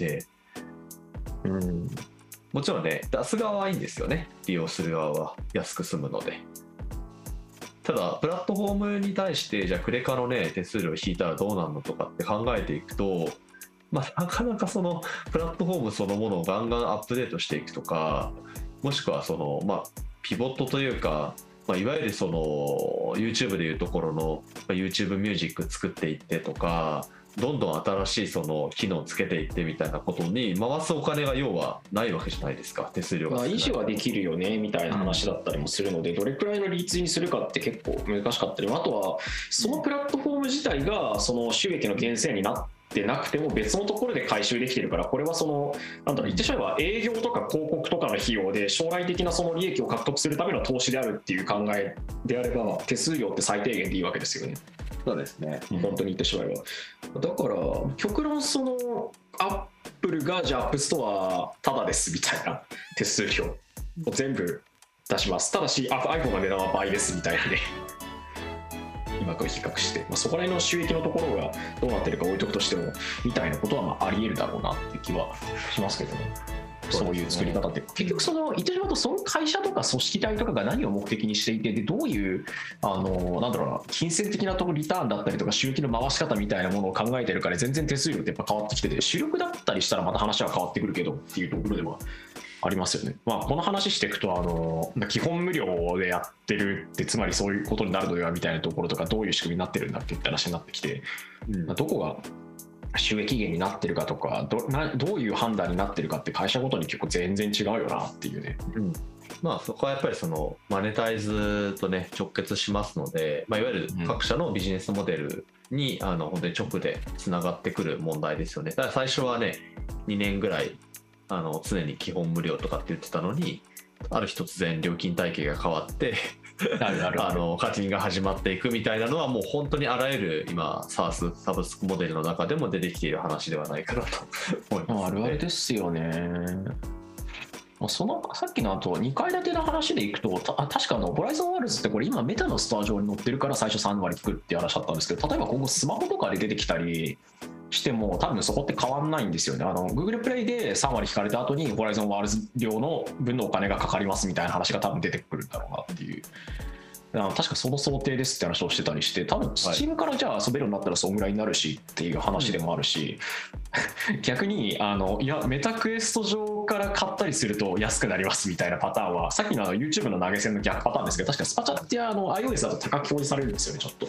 もちろんね出す側はいいんですよね、利用する側は安く済むので。ただプラットフォームに対してじゃあクレカのね手数料を引いたらどうなるのとかって考えていくと、なかなかそのプラットフォームそのものをガンガンアップデートしていくとか、もしくはそのピボットというか、いわゆるその YouTube でいうところの YouTube ミュージック作っていってとか、どんどん新しいその機能をつけていってみたいなことに回すお金が要はないわけじゃないですか、手数料が。 維持はできるよねみたいな話だったりもするので、どれくらいの利率にするかって結構難しかったり、あとはそのプラットフォーム自体がその収益の源泉になってなくても別のところで回収できてるから、これはその言ってしまえば営業とか広告とかの費用で将来的なその利益を獲得するための投資であるっていう考えであれば、手数料って最低限でいいわけですよね。 そうですね、 本当に言ってしまえば。だから極論そのアップルがじゃあアップストアタダですみたいな手数料を全部出します、ただし iPhone の値段は倍ですみたいなね今と比較して、そこら辺の収益のところがどうなってるか置いとくとしてもみたいなことはありえるだろうなって気はしますけどね。そういう作り方って結局その言ってしまうと、その会社とか組織体とかが何を目的にしていて、でどういう金銭的なところリターンだったりとか収益の回し方みたいなものを考えてるから、全然手数料ってやっぱ変わってきてて、主力だったりしたらまた話は変わってくるけどっていうところではありますよね。この話していくと基本無料でやってるってつまりそういうことになるのではみたいなところとか、どういう仕組みになってるんだっけって話になってきて、どこが収益源になってるかとか、どういう判断になってるかって会社ごとに結構全然違うよなっていうね。 そこはやっぱりそのマネタイズとね直結しますので、いわゆる各社のビジネスモデルに本当に直でつながってくる問題ですよね。だから最初はね2年ぐらい常に基本無料とかって言ってたのに、ある日突然料金体系が変わって課金が始まっていくみたいなのは、もう本当にあらゆる今サブスクモデルの中でも出てきている話ではないかなと思います、 あるあるですよね。そのさっきの2階建ての話でいくと、確かホライゾンワールズってこれ今メタのストア上に載ってるから最初3割引くっていう話だったんですけど、例えば今後スマホとかで出てきたりしても多分そこって変わんないんですよね。Google プレイで3割引かれた後にホライゾンワールズ量の分のお金がかかりますみたいな話が多分出てくるんだろうなっていう。確かその想定ですって話をしてたりして、多分 Steam からじゃあ遊べるようになったらそんぐらいになるしっていう話でもあるし、逆にいやメタクエスト上から買ったりすると安くなりますみたいなパターンは、さっきのYouTube の投げ銭の逆パターンですけど、確かスパチャってiOS だと高く表示されるんですよね、ちょっと。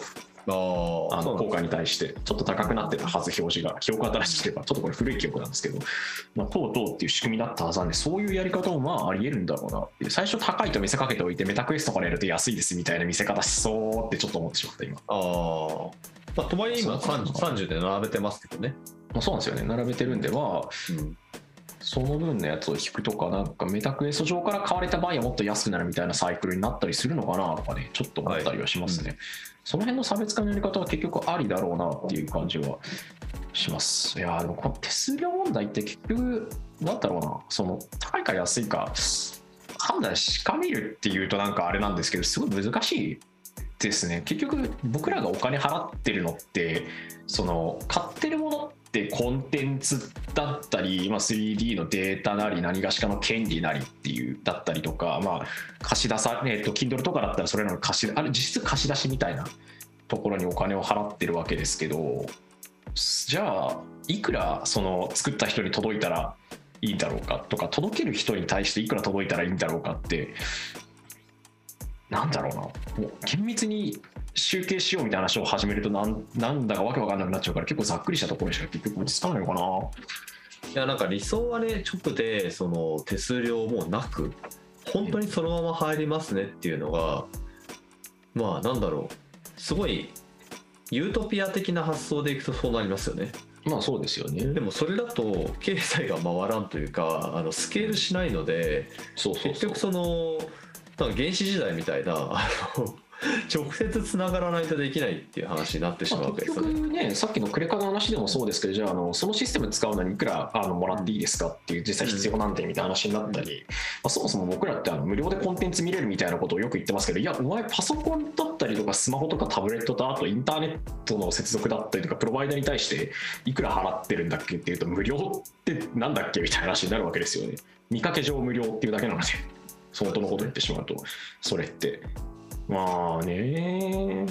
効果に対してちょっと高くなってたはず、表示が記憶新しければ、ちょっとこれ古い記憶なんですけど、とうとうっていう仕組みだったはずなんで、そういうやり方もありえるんだろうなって。最初高いと見せかけておいて、メタクエストからやると安いですみたいな見せ方しそうってちょっと思ってしまった今。 とはいえ今30で並べてますけどね。 そうなんですよね、並べてるんでは、その分のやつを引くとか、なんかメタクエスト上から買われた場合はもっと安くなるみたいなサイクルになったりするのかなとかね、ちょっと思ったりはしますね。その辺の差別化のやり方は結局ありだろうなっていう感じはします。いやでもこの手数料問題って結局なんだろうな、その高いか安いか判断しかねるっていうとなんかあれなんですけど、すごい難しいですね。結局僕らがお金払ってるのってその買ってるものってコンテンツだったり、3D のデータなり何がしかの権利なりっていうだったりとか、貸し出さ、Kindle とかだったらそれらの実質貸し出しみたいなところにお金を払ってるわけですけど、じゃあいくらその作った人に届いたらいいんだろうかとか、届ける人に対していくら届いたらいいんだろうかって、なんだろうな、もう厳密に集計しようみたいな話を始めるとなんだかわけわかんなくなっちゃうから、結構ざっくりしたところしか結局落ち着かないのかな。 いやなんか理想はね、直でその手数料もなく本当にそのまま入りますねっていうのが、なんだろう、すごいユートピア的な発想でいくとそうなりますよね。 そうですよね。 でもそれだと経済が回らんというか、スケールしないので、結局その原始時代みたいな直接つながらないとできないっていう話になってしまうわけですよね。 結局ね、さっきのクレカの話でもそうですけど、じゃあそのシステム使うのにいくらもらっていいですかっていう、実際必要なんでみたいな話になったり、そもそも僕らって無料でコンテンツ見れるみたいなことをよく言ってますけど、いやお前パソコンだったりとかスマホとかタブレットと、あとインターネットの接続だったりとかプロバイダーに対していくら払ってるんだっけっていうと、無料ってなんだっけみたいな話になるわけですよね。見かけ上無料っていうだけなので、本当のこと言ってしまうとそれってパー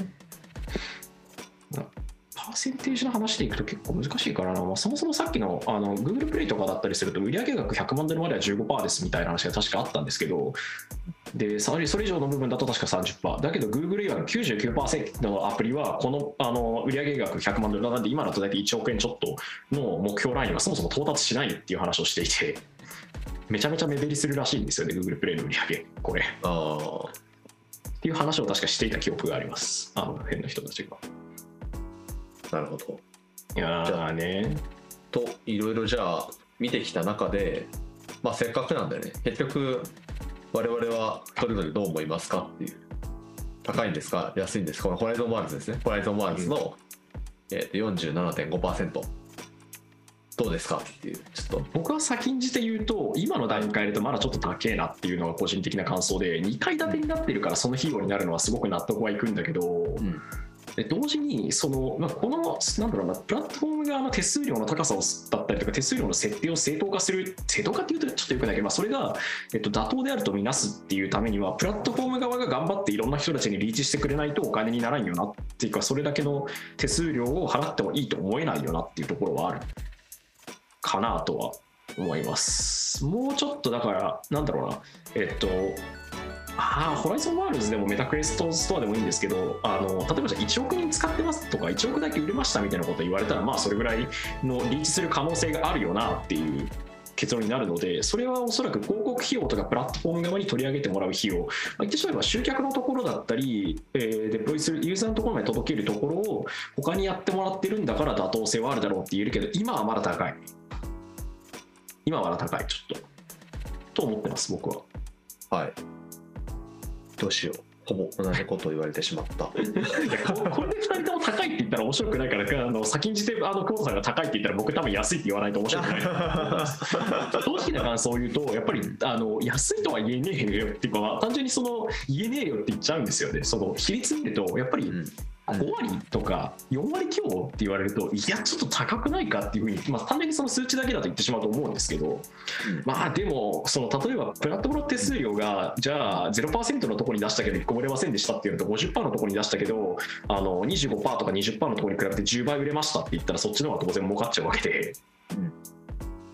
センテージの話でいくと結構難しいからな。そもそもさっきのGoogle プレイとかだったりすると売上額100万ドルまでは 15% ですみたいな話が確かあったんですけど、でそれ以上の部分だと確か 30% だけど、 Google 以外の 99% のアプリはこの売上額100万ドルなんで、今だと大体1億円ちょっとの目標ラインはそもそも到達しないっていう話をしていて、めちゃめちゃ目減りするらしいんですよね、 Google プレイの売上これっていう話を確かしていた記憶があります、変な人たちが。 なるほど。 いやーねといろいろじゃあ見てきた中で、せっかくなんでね、結局我々はそれぞれどう思いますかっていう。高いんですか安いんですか。このホライゾンワールズですね。ホライゾンワールズの、47.5% どうですかっていう。ちょっと僕は先んじて言うと、今の段階だとまだちょっと高えなっていうのが個人的な感想で、2階建てになってるからその費用になるのはすごく納得はいくんだけど、で同時にこのなんだろうな、プラットフォーム側の手数料の高さだったりとか、手数料の設定を正当化する、正当化っていうとちょっとよくないけど、それが妥当であるとみなすっていうためには、プラットフォーム側が頑張っていろんな人たちにリーチしてくれないとお金にならんよなっていうか、それだけの手数料を払ってもいいと思えないよなっていうところはあるかなとは思います。もうちょっとだからなんだろうな、ホライゾンワールズでもメタクエストストアでもいいんですけど、例えばじゃあ1億人使ってますとか1億だけ売れましたみたいなこと言われたら、それぐらいのリーチする可能性があるよなっていう結論になるので、それはおそらく広告費用とかプラットフォーム側に取り上げてもらう費用、言ってしまえば集客のところだったり、デプロイするユーザーのところまで届けるところを他にやってもらってるんだから妥当性はあるだろうって言えるけど、今はまだ高い、ちょっと思ってます僕は。 はい、どうしよう、ほぼ同じことを言われてしまったこれで2人とも高いって言ったら面白くないから、先んじて久保田さんが高いって言ったら僕多分安いって言わないと面白くない正直な感想を言うと、やっぱり安いとは言えねえよっていうか、単純に言えねえよって言っちゃうんですよね。その比率見るとやっぱり5割とか4割強って言われると、いやちょっと高くないかっていうふうに、単純にその数値だけだと言ってしまうと思うんですけど、でも例えばプラットフォーム手数料がじゃあ 0% のところに出したけど1個売れませんでしたっていうのと、 50% のところに出したけど25% とか 20% のところに比べて10倍売れましたって言ったら、そっちの方が当然儲かっちゃうわけで、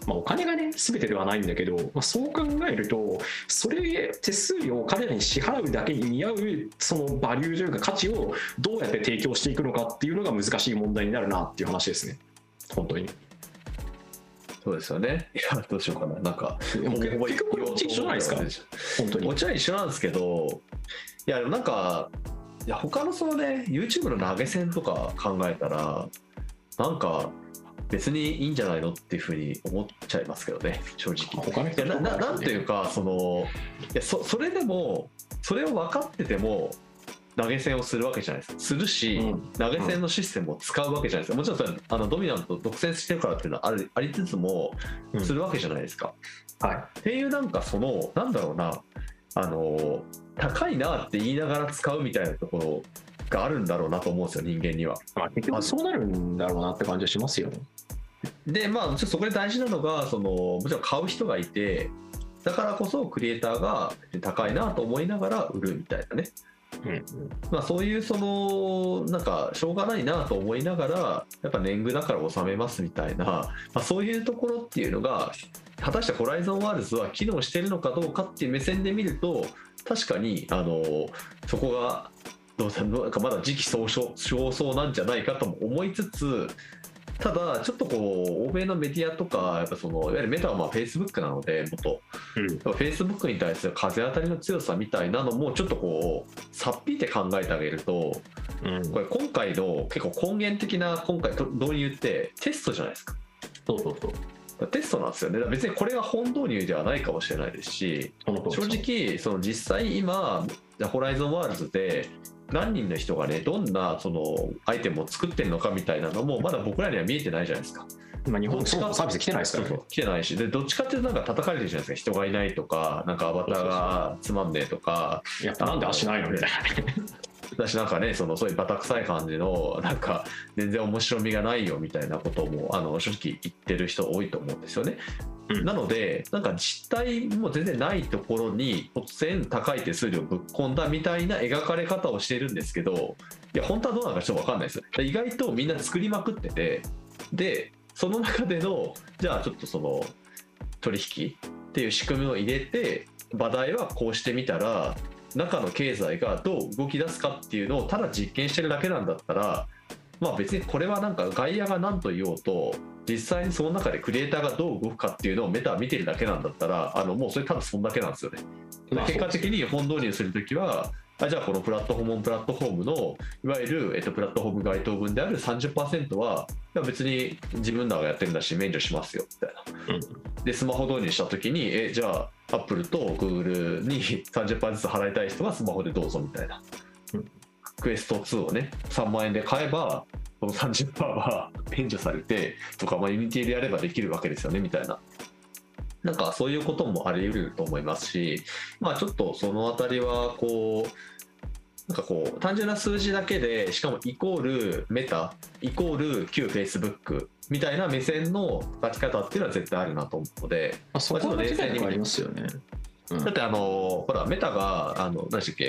お金がね全てではないんだけど、そう考えるとそれ手数料を彼らに支払うだけに見合うそのバリューというか価値をどうやって提供していくのかっていうのが難しい問題になるなっていう話ですね、本当に。 そうですよね。いや、どうしようかな。なんか、 結局これこっち一緒じゃないですか、本当に。 こっちは一緒なんですけど、いや、なんか、いや、他のそのね、YouTube の投げ銭とか考えたら、なんか、別にいいんじゃないのっていうふうに思っちゃいますけどね、正直。 他の人なんていうか、それでも、それを分かってても、投げ銭をするわけじゃないですか。するし、投げ銭のシステムを使うわけじゃないですか。もちろんそれドミナント独占してるからっていうのはありつつもするわけじゃないですか。 はい。 っていうなんかなんだろうな、高いなって言いながら使うみたいなところがあるんだろうなと思うんですよ、人間には。 結局そうなるんだろうなって感じはしますよね。 で、ちょっとそこで大事なのがもちろん買う人がいて、だからこそクリエイターが高いなと思いながら売るみたいなね。そういうなんかしょうがないなと思いながらやっぱ年貢だから納めますみたいな、そういうところっていうのが果たしてホライゾンワールズは機能しているのかどうかっていう目線で見ると、確かにそこがなんかまだ時期尚早なんじゃないかとも思いつつ、ただちょっと欧米のメディアとかやっぱいわゆるメタはFacebook なのでFacebook に対する風当たりの強さみたいなのもちょっとさっぴいて考えてあげると、これ今回の結構根源的な導入ってテストじゃないですか。そうテストなんですよね。別にこれが本導入ではないかもしれないですし、正直実際今ホライゾンワールズで何人の人がねどんなアイテムを作ってるのかみたいなのもまだ僕らには見えてないじゃないですか。 日本のサービス来てないですからね。 来てないし、でどっちかっていうとなんか叩かれてるじゃないですか。人がいないとか、なんかアバターがつまんねえとか、 なんで足ないのみたいな。 私なんかねそういうバタ臭い感じのなんか全然面白みがないよみたいなことも正直言ってる人多いと思うんですよね。なのでなんか実態も全然ないところに突然高い手数料ぶっ込んだみたいな描かれ方をしてるんですけど、いや本当はどうなのかちょっと分かんないですよ。意外とみんな作りまくってて、でその中でのじゃあちょっと取引っていう仕組みを入れて、場代はこうしてみたら中の経済がどう動き出すかっていうのをただ実験してるだけなんだったら、別にこれはなんか外野が何と言おうと実際にその中でクリエイターがどう動くかっていうのをメタは見てるだけなんだったらもうそれただそんだけなんですよね。結果的に本導入するときはじゃあこのプラットフォームのいわゆる、プラットフォーム該当分である 30% はいや別に自分らがやってるんだし免除しますよみたいな。でスマホ導入したときにじゃあアップルとグーグルに 30% ずつ払いたい人はスマホでどうぞみたいな。クエスト2をね3万円で買えばこの 30% は免除されてとか、ユニティでやればできるわけですよねみたいな。なんかそういうこともあり得ると思いますし、ちょっとそのあたりはなんか単純な数字だけでしかもイコールメタイコール旧 Facebook みたいな目線の書き方っていうのは絶対あるなと思うので、 そこは冷静にありますよね。 だってほらメタが何でしたっけ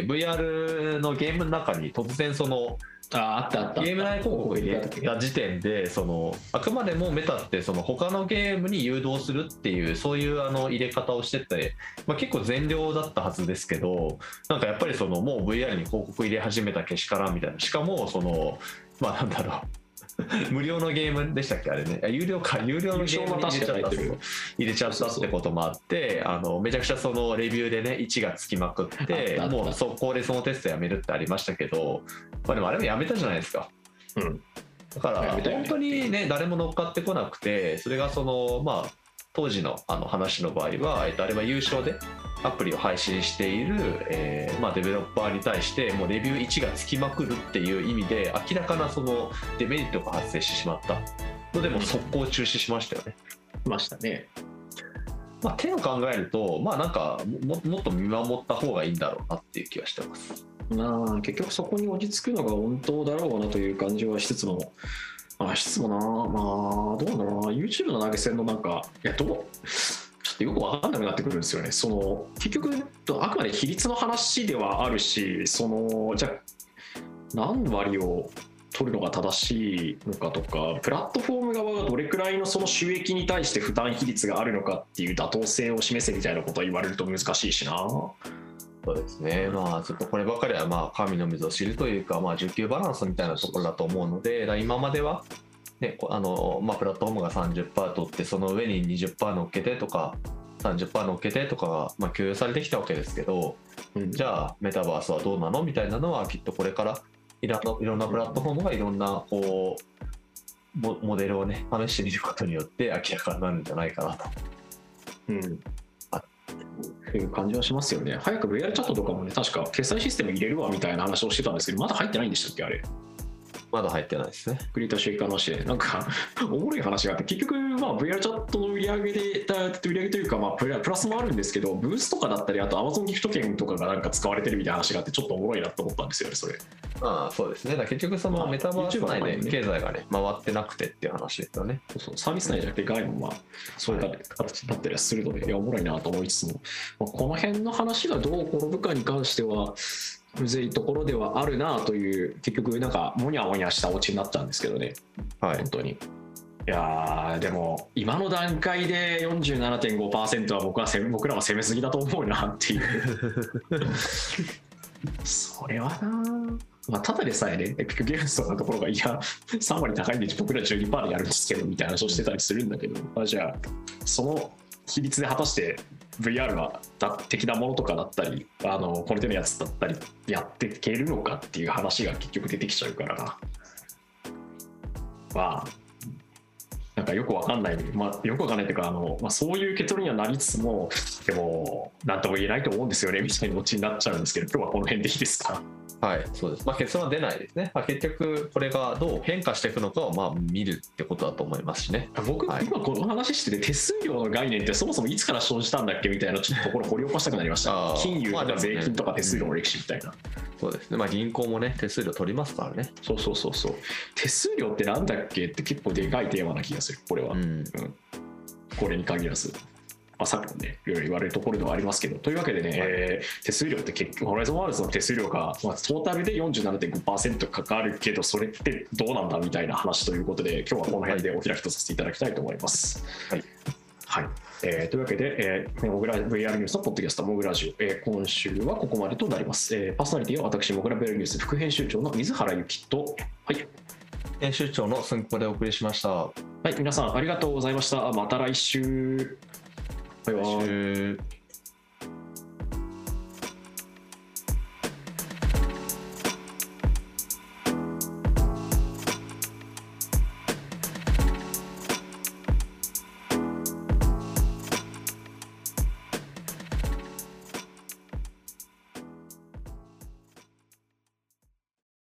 VR のゲームの中に突然あったゲーム内広告を入れた時点であくまでもメタって他のゲームに誘導するっていうそういう入れ方をしてて、結構善良だったはずですけど、なんかやっぱりもう VR に広告入れ始めたけしからんみたいな、しかもなんだろう無料のゲームでしたっけあれね、有料のゲームに入れちゃったってこともあってめちゃくちゃレビューでね1がつきまくってもう速攻でそのテストやめるってありましたけど、でもあれもやめたじゃないですか。だから本当にね誰も乗っかってこなくて、それが当時の話の場合は、あれは有償でアプリを配信している、デベロッパーに対してもうレビュー1がつきまくるっていう意味で明らかなデメリットが発生してしまったのでもう速攻中止しましたよね。 ましたね。 手を考えるとなんか もっと見守った方がいいんだろうなっていう気はしてます。 結局そこに落ち着くのが本当だろうなという感じはしつつもどうなんだろうな、 YouTube の投げ銭のちょっとよく分かんなくなってくるんですよね。結局あくまで比率の話ではあるし、じゃあ何割を取るのが正しいのかとか、プラットフォーム側がどれくらいのその収益に対して負担比率があるのかっていう妥当性を示せみたいなことは言われると難しいしな。 そうですね、まあ、ちょっとこればかりはまあ神の水を知るというか、まあ、需給バランスみたいなところだと思うので、今までは、ね、プラットフォームが 30% 取って、その上に 20% 乗っけてとか、30% 乗っけてとかが、まあ、共有されてきたわけですけど、じゃあ、メタバースはどうなのみたいなのは、きっとこれからいろんなプラットフォームがいろんなこうモデルをね、試してみることによって明らかになるんじゃないかなと。 という感じはしますよね。早く VR チャットとかもね、確か決済システム入れるわみたいな話をしてたんですけど、まだ入ってないんでしたっけ、あれ。 まだ入ってないですね。 クリエイター収益化の話で、なんかおもろい話があって、結局、まあ、VR チャットの売り上げというか、まあ、プラスもあるんですけど、ブースとかだったり、あと Amazon ギフト券とかがなんか使われてるみたいな話があって、ちょっとおもろいなと思ったんですよね、それ。 そうですね。だ結局、そのメタバース内で経済がね、回ってなくてっていう話ですよね。 そうサービス内じゃなくて、外もまあ、そういう形になったりはするので、いや、おもろいなと思いつつも、まあ、この辺の話がどう転ぶかに関しては、むずいところではあるなという、結局なんかモニャモニャしたオチになっちゃうんですけどね、はい、本当に。いやでも今の段階で 47.5% は僕らは攻めすぎだと思うなっていうそれはな、まあ、ただでさえね、エピックゲームズとかのところがいや3割高いんで僕ら 12% でやるんですけどみたいな話をしてたりするんだけど、まあ、じゃあその比率で果たして VR が的なものとかだったりこの手のやつだったりやっていけるのかっていう話が結局出てきちゃうからな。まあなんかよくわかんない、よくわかんないというかそういう結論にはなりつつも、でも何とも言えないと思うんですよねみたいなオチになっちゃうんですけど、今日はこの辺でいいですか。 はい、そうです。結論は出ないですね。結局これがどう変化していくのかを見るってことだと思いますしね。 僕、今この話してて手数料の概念ってそもそもいつから生じたんだっけみたいなちょっとところ掘り起こしたくなりました。金融とか税金とか手数料の歴史みたいな。 そうですね。銀行もね手数料取りますからね。 そう。手数料ってなんだっけって結構でかいテーマな気がする。これは。これに限らず。さっきもね、いろいろ言われるところではありますけど、というわけでね、手数料って結局、ホライゾンワールズの手数料が、トータルで 47.5% かかるけど、それってどうなんだみたいな話ということで、今日はこの辺でお開きとさせていただきたいと思います。はい。というわけで、モグラ VR ニュースのポッドキャスト、モグラジオ、今週はここまでとなります。パーソナリティは私、モグラ VR ニュース副編集長の水原由紀と、 編集長のすんこでお送りしました。 はい、皆さんありがとうございました。また来週。バイバイ。